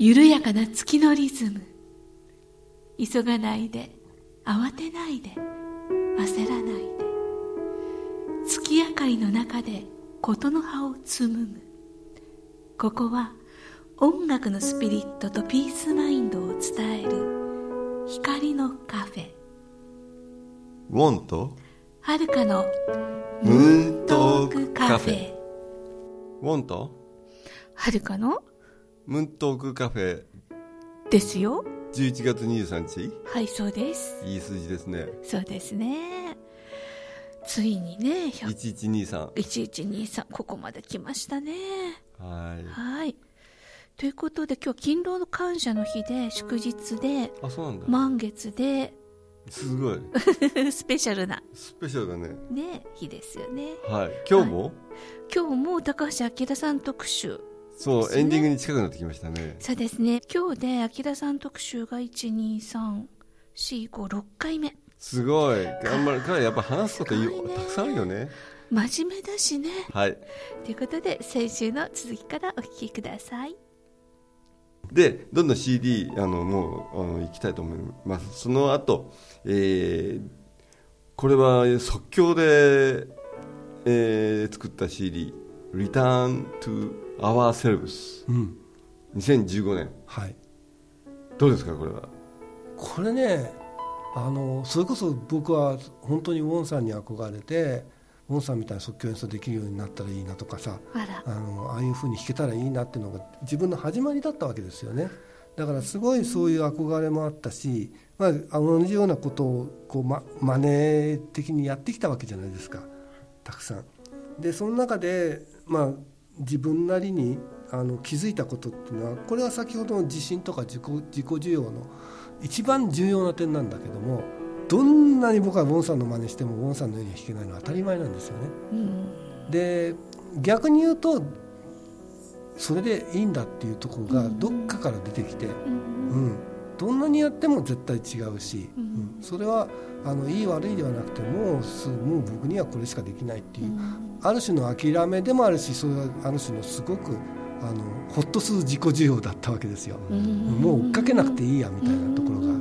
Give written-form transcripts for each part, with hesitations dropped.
緩やかな月のリズム。急がないで、慌てないで、焦らないで。月明かりの中でことの葉を紡ぐ。ここは音楽のスピリットとピースマインドを伝える光のカフェ。 ウォンとはるかのムーントークカフェ。ウォンとはるかのムーントークカフェですよ。 11月23日。 はい、そうです。 いい数字ですね。 そうですね。ついにね、1123ここまで来ましたね。はい。ということで今日勤労感謝の日で祝日で、 そうなんだ。 満月ですごいスペシャルだね日ですよね。 はい。今日も高橋明さん特集。 そう、エンディングに近くなってきましたね。 そうですね。今日で明さん特集が1,2,3,4,5,6回目。 すごい。彼やっぱ話すことたくさんあるよね。 真面目だしね。 はい。 ということで先週の続きからお聞きください。 で、どんどん CD もう行きたいと思います。その後、これは即興で、作った CD Return to Ourselves、2015年。 はい。 どうですかこれは。 これね、それこそ僕は本当にウォンさんに憧れて、ウォンさんみたいな即興演奏できるようになったらいいなとかさ、ああいう風に弾けたらいいなっていうのが自分の始まりだったわけですよね。だからすごいそういう憧れもあったし、同じようなことを真似的にやってきたわけじゃないですか、たくさん。でその中で、自分なりに気づいたことっていうのは、これは先ほどの自信とか自己需要の一番重要な点なんだけども、どんなに僕はウォンさんの真似してもウォンさんのようには弾けないのは当たり前なんですよね。で逆に言うとそれでいいんだっていうところがどっかから出てきて、どんなにやっても絶対違うし、それはいい悪いではなくてもう僕にはこれしかできないっていう、ある種の諦めでもあるし、それはある種のすごくほっとする自己需要だったわけですよ。もう追っかけなくていいやみたいなところがあって、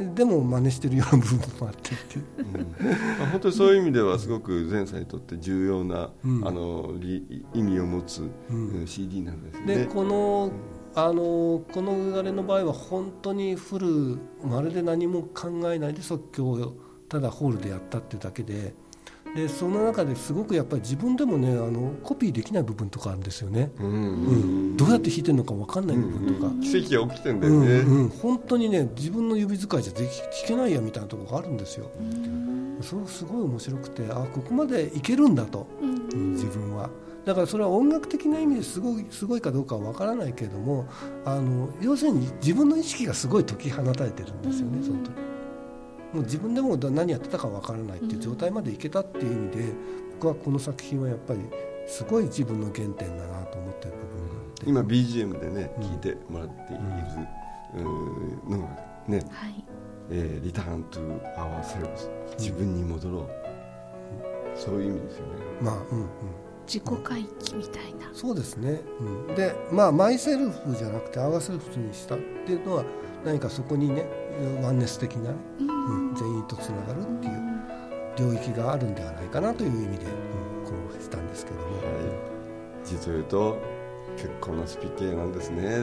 でも真似してるような部分もあってっていう本当にそういう意味ではすごく前さんにとって重要な、意味を持つ、CD なんですね。 でこのあれの場合は本当にまるで何も考えないで即興をただホールでやったっていうだけで、その中ですごくやっぱり自分でもねコピーできない部分とかあるんですよね。どうやって弾いてるのか分かんない部分とか、 奇跡が起きてるんだよね。 本当にね自分の指使いじゃ弾けないやみたいなところがあるんですよ。それすごい面白くて、ここまでいけるんだと、自分は。だからそれは音楽的な意味ですごいかどうかは分からないけれども、要するに自分の意識がすごい解き放たれてるんですよね、その時。もう自分でも何やってたか分からないっていう状態までいけたっていう意味で、僕はこの作品はやっぱりすごい自分の原点だなと思ってる部分があって、 今 BGM でね聴いてもらっているのがね、リターントゥアワーセルブス、自分に戻ろう、そういう意味ですよね。 自己回帰みたいな。 そうですね。でマイセルフじゃなくてアワーセルフにしたっていうのは、何かそこにねワンネス的な、全員とつながるっていう領域があるんではないかなという意味で、こうしたんですけども、 実を言うと結構なスピ系なんですね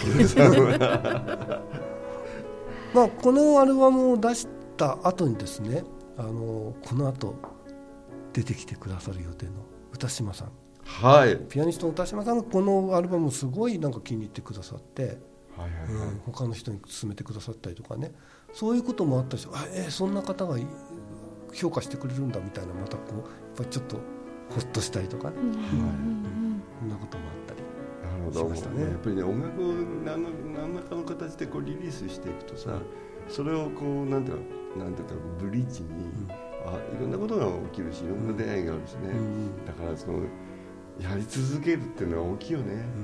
このアルバムを出した後にですね、この後出てきてくださる予定の歌島さん、ピアニストの歌島さんがこのアルバムをすごい気に入ってくださって、他の人に勧めてくださったりとかね、そういうこともあったし、そんな方が評価してくれるんだみたいな、またやっぱりちょっとほっとしたりとかね、そんなこともあったりしましたね。 やっぱりね、音楽を何らかの形でリリースしていくとさ、それをなんていうかブリッジに、いろんなことが起きるし、いろんな出会いがあるしね、だからやり続けるっていうのは大きいよね。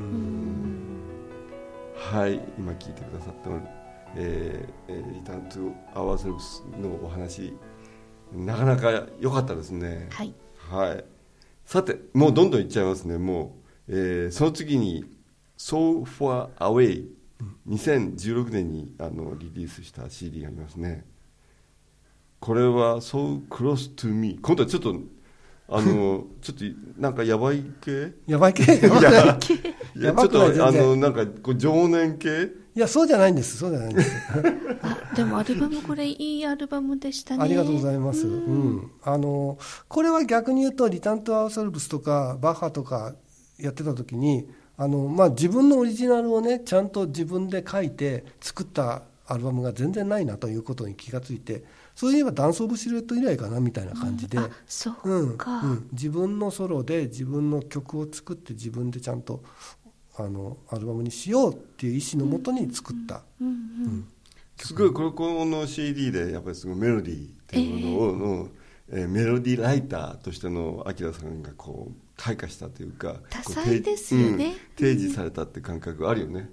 今聞いてくださったのリターントゥアワーセルブスのお話、なかなか良かったですね。さてもうどんどんいっちゃいますね。もう、その次に So Far Away、2016年にリリースした CD がありますね。これは So Close to Me、 今度はちょっとちょっとなんかやばい系やばい系いやちょっとなんかこう情念系、 いやそうじゃないんです、そうじゃないんですでもアルバム、これいいアルバムでしたね。 ありがとうございます、これは逆に言うとリターントアウソルブスとかバッハとかやってた時に自分のオリジナルをねちゃんと自分で書いて作ったアルバムが全然ないなということに気がついて、そういえばダンスオブシルエット以来かなみたいな感じで、 そうか、 自分のソロで自分の曲を作って自分でちゃんとアルバムにしようっていう意思のもとに作った、 すごいこの CD でやっぱりすごいメロディーっていうものを、メロディーライターとしてのアキラさんがこう開花したというか、 多彩ですよね、 提示されたって感覚あるよね。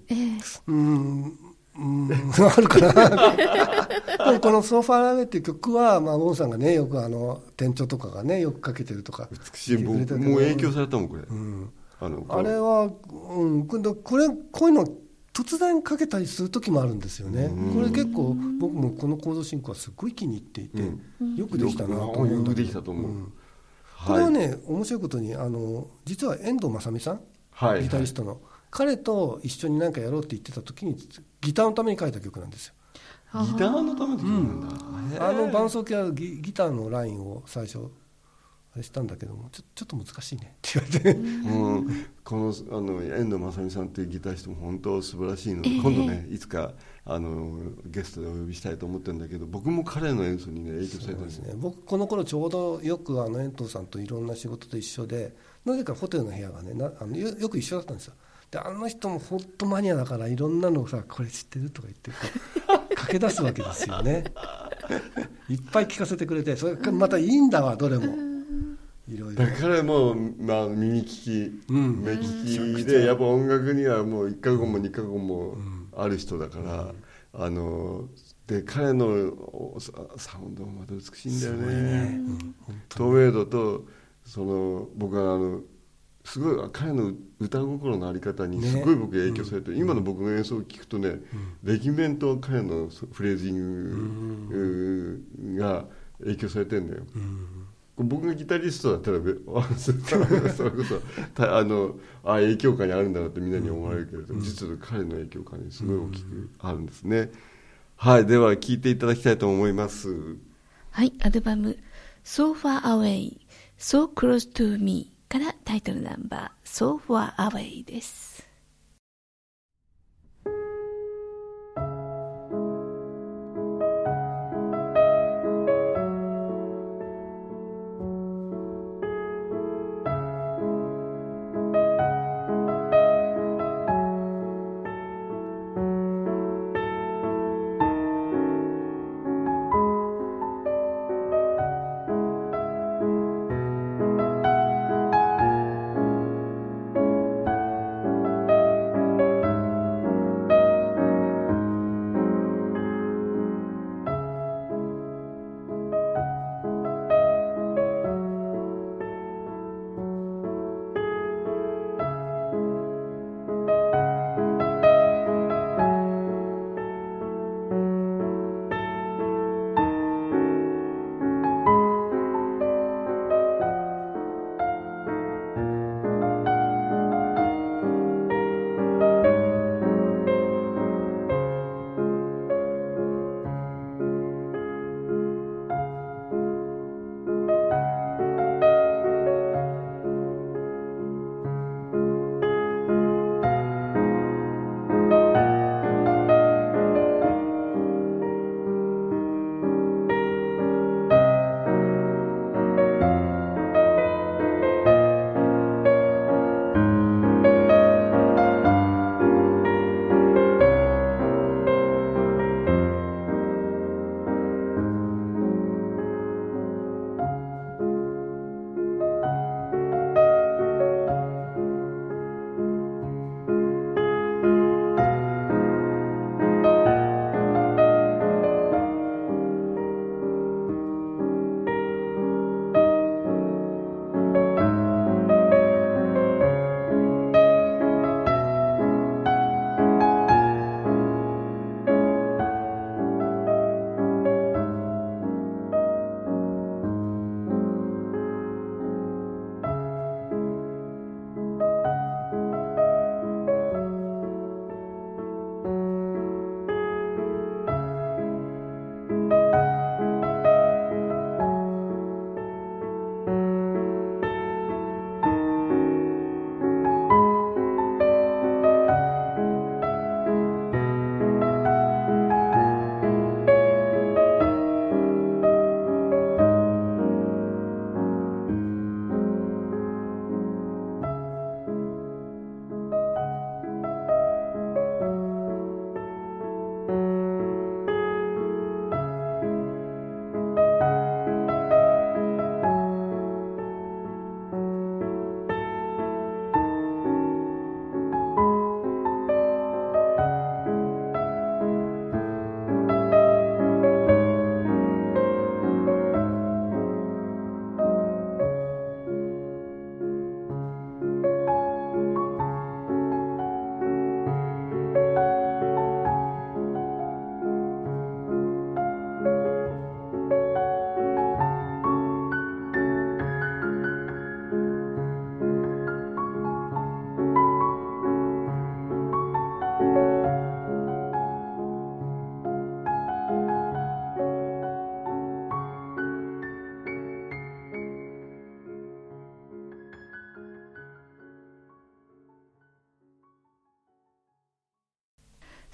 あるかなこのソファーラウェイっていう曲は、ウォンさんがねよく店長とかがねよくかけてるとか、 美しい、もう影響されたもんこれ、 あれは、こういうの突然かけたりする時もあるんですよね。これ結構僕もこのコード進行はすごい気に入っていて、よくできたなと思うんだけど、 よくできたと思う、 これはね面白いことに実は遠藤正美さん、ギタリストの、彼と一緒に何かやろうって言ってた時にギターのために書いた曲なんですよ。 ギターのための曲なんだ、 伴奏系はギターのラインを最初あれしたんだけどもちょっと難しいねって言われて、 この遠藤正美さんっていうギタリストも本当素晴らしいので、今度ねいつかゲストでお呼びしたいと思ってるんだけど、僕も彼の演奏にね影響されたんですね。 僕この頃ちょうどよく遠藤さんといろんな仕事で一緒で、なぜかホテルの部屋がねよく一緒だったんですよ。で人も本当マニアだからいろんなのをさ、これ知ってるとか言って駆け出すわけですよねいっぱい聞かせてくれて、それまたいいんだわどれもいろいろ。 だからもう、耳利き、目利きでやっぱ音楽にはもう1か国も2か国もある人だから、で彼のサウンドもまた美しいんだよね。透明度と僕はすごい彼の歌心のあり方にすごい僕影響されて、今の僕の演奏を聞くとね、レギュメント彼のフレージングが影響されてるんだよ。僕がギタリストだったらそれこそ影響下にあるんだなってみんなに思われるけれども、実は彼の影響下にすごい大きくあるんですね。はい、では聴いていただきたいと思います。 はい、アルバム So Far Away So Close to Meからタイトルナンバー So Far Away です。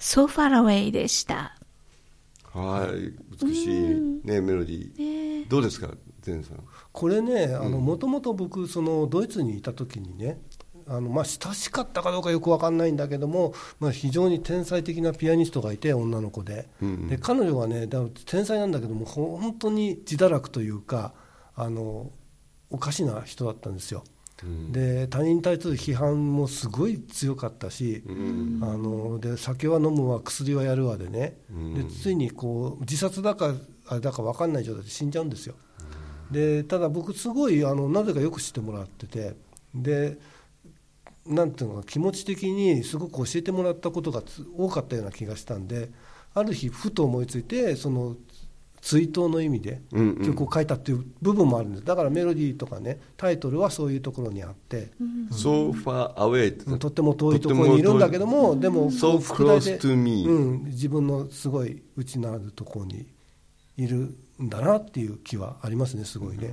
So Far Away でした。 はい、美しい、ね、メロディー、どうですか前さん。 これね、もともと僕そのドイツにいた時にね、親しかったかどうかよく分かんないんだけども、非常に天才的なピアニストがいて、女の子で、で彼女はね天才なんだけども本当に自堕落というかおかしな人だったんですよ。で他人に対する批判もすごい強かったし、で酒は飲むわ薬はやるわでね、でついにこう自殺だかあれだか分かんない状態で死んじゃうんですよ。でただ僕すごいなぜかよく知ってもらってて、でなんていうのか気持ち的にすごく教えてもらったことが多かったような気がしたんで、ある日ふと思いついてその追悼の意味で曲を書いたっていう部分もあるんです。だからメロディーとかねタイトルはそういうところにあって、 So far away ってとっても遠いところにいるんだけども、でも So close to me、 自分のすごい内なるところにいるんだなっていう気はありますね、すごいね。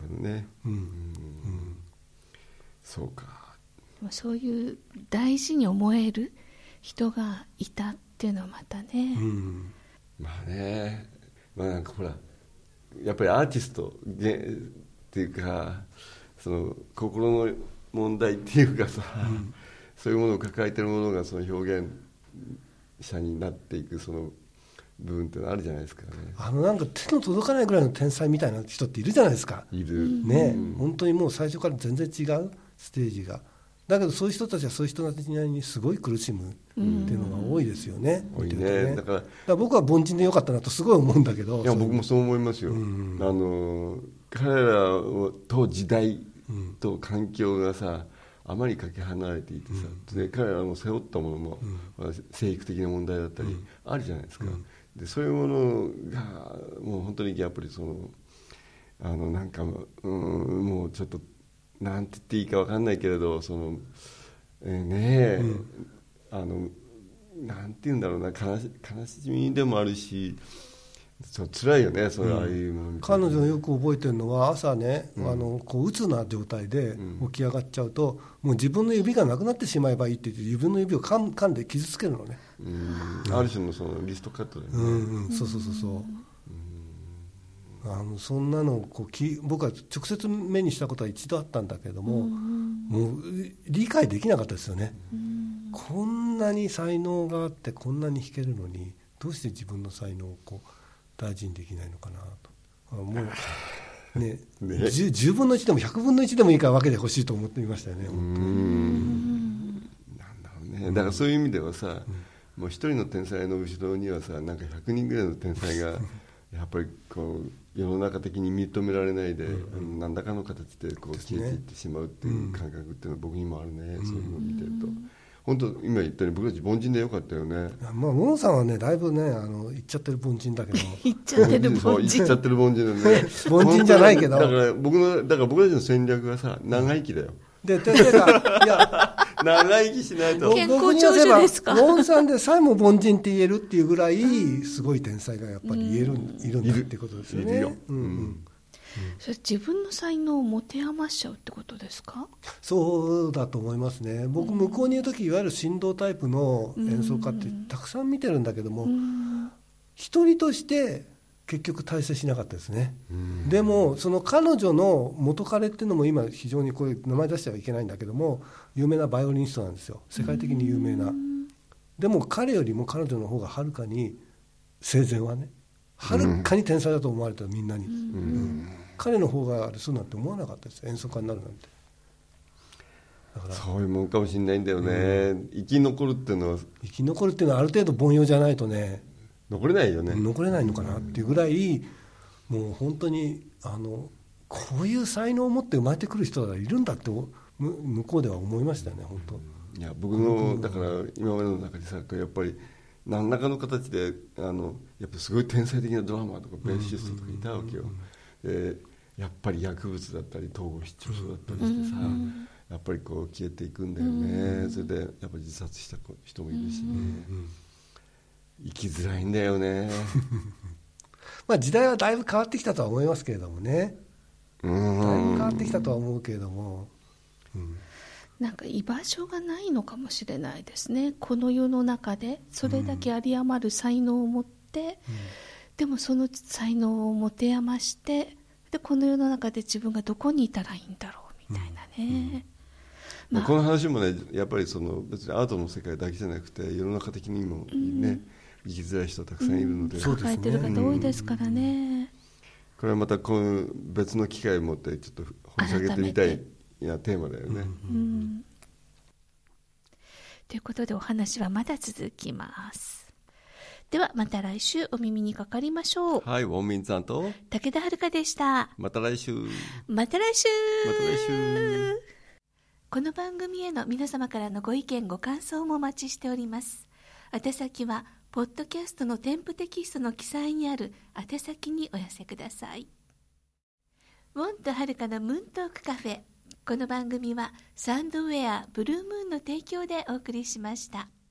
そうか。 そういう大事に思える人がいたっていうのはまたね、 まあね、なんかほらやっぱりアーティストっていうかその心の問題っていうかさ、そういうものを抱えてるものがその表現者になっていくその部分ってのあるじゃないですかね。 なんか手の届かないぐらいの天才みたいな人っているじゃないですか。 いるね、本当にもう最初から全然違うステージが。だけどそういう人たちはそういう人たちにすごい苦しむっていうのが多いですよね。 多いね。だから僕は凡人でよかったなとすごい思うんだけど。 いや僕もそう思いますよ。彼らと時代と環境がさあまりかけ離れていてさ、で彼らの背負ったものも、生育的な問題だったりあるじゃないですか。でそういうものがもう本当にやっぱりそのなんかもうちょっとなんて言っていいか分かんないけれど、そのなんて言うんだろうな、悲しみでもあるし、辛いよね、それ、ああいうもの。 彼女のよく覚えてるのは朝ね、こう鬱な状態で起き上がっちゃうと、もう自分の指がなくなってしまえばいいって言って自分の指を噛んで傷つけるのね。 ある種のそのリストカットだよね。 そうそんなのを僕は直接目にしたことは一度あったんだけども、もう理解できなかったですよね。こんなに才能があってこんなに弾けるのにどうして自分の才能を大事にできないのかなと。もうね10分の1でも100分の1でもいいから分けてほしいと思ってみましたよね。 なんだろうね。だからそういう意味ではさ、もう一人の天才の後ろにはさ、なんか100人ぐらいの天才がやっぱりこう世の中的に認められないで、何らかの形でこう消えていってしまうっていう感覚っていうのは僕にもあるね。そういうのを見てると本当今言ったように僕たち凡人でよかったよね。 モノさんはねだいぶね言っちゃってる凡人だけど言っちゃってる凡人言っちゃってる凡人だね凡人じゃないけどだから僕たちの戦略はさ長生きだよ。 で先生がいや長生きしないと健康長寿ですか。 モンさんでさえも凡人って言えるっていうぐらいすごい天才がやっぱりいるんだってことですよね。 いるよ。 それ自分の才能を持て余しちゃうってことですか。 そうだと思いますね。僕向こうにいる時いわゆる振動タイプの演奏家ってたくさん見てるんだけども、一人として結局大成しなかったですね。でもその彼女の元彼っていうのも今非常にこれ名前出してはいけないんだけども有名なバイオリニストなんですよ。世界的に有名な。でも彼よりも彼女の方がはるかに生前はねはるかに天才だと思われたみんなに、彼の方がそうなんて思わなかったです。演奏家になるなんて。だからそういうもんかもしれないんだよね。生き残るっていうのはある程度凡庸じゃないとね残れないよね。 残れないのかなっていうぐらいもう本当にこういう才能を持って生まれてくる人がいるんだって向こうでは思いましたよね本当。 いや僕のだから今までの中でさやっぱり何らかの形でやっぱすごい天才的なドラマーとかベーシストとかいたわけよ。やっぱり薬物だったり統合失調症だったりしてさ、やっぱりこう消えていくんだよね。それでやっぱり自殺した人もいるしね、生きづらいんだよねまあ時代はだいぶ変わってきたとは思いますけれどもね。だいぶ変わってきたとは思うけれども、 なんか居場所がないのかもしれないですね。この世の中でそれだけ有り余る才能を持って、でもその才能を持て余して、でこの世の中で自分がどこにいたらいいんだろうみたいなね、 この話もね、やっぱりその別にアートの世界だけじゃなくて世の中的にもね、生きづらい人たくさんいるので、 抱えてる方多いですからね、 これはまたこう別の機会を持ってちょっと掘り下げてみたいテーマだよね、 ということでお話はまだ続きます。ではまた来週お耳にかかりましょう。 はい、ウォンミンさんと武田遥でした。 また来週。 また来週。 また来週。 この番組への皆様からのご意見ご感想もお待ちしております。宛先はポッドキャストの添付テキストの記載にある宛先にお寄せください。ウォンとはるかのムーントークカフェ。この番組はサンドウェアブルームーンの提供でお送りしました。